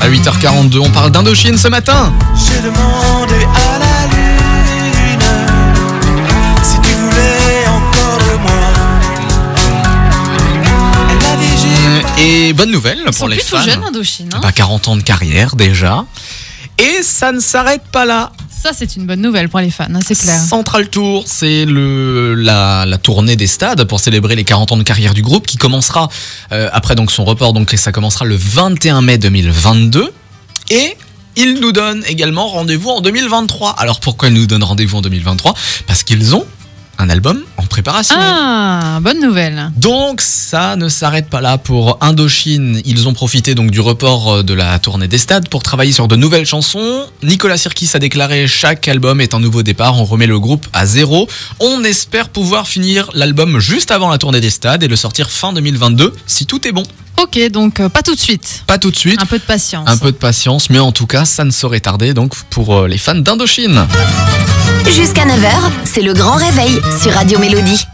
À 8h42, on parle d'Indochine ce matin. J'ai demandé à la lune si tu voulais encore de moi. Elle m'a dit Et bonne nouvelle pour les fans. Ils sont plutôt jeunes, Indochine. 40 ans de carrière déjà. Et ça ne s'arrête pas là. Ça, c'est une bonne nouvelle pour les fans, c'est clair. Central Tour, c'est la tournée des stades pour célébrer les 40 ans de carrière du groupe qui commencera après donc son report, donc ça commencera le 21 mai 2022. Et ils nous donnent également rendez-vous en 2023. Alors pourquoi ils nous donnent rendez-vous en 2023 ? Parce qu'ils ont un album en préparation. Ah, bonne nouvelle. Donc ça ne s'arrête pas là pour Indochine. Ils ont profité donc du report de la tournée des stades pour travailler sur de nouvelles chansons. Nicolas Sirkis a déclaré: chaque album est un nouveau départ, on remet le groupe à zéro. On espère pouvoir finir l'album juste avant la tournée des stades et le sortir fin 2022 si tout est bon. Ok, donc pas tout de suite. Pas tout de suite. Un peu de patience. Un peu de patience, mais en tout cas ça ne saurait tarder donc pour les fans d'Indochine. Jusqu'à 9h, c'est le grand réveil sur Radio Mélodie.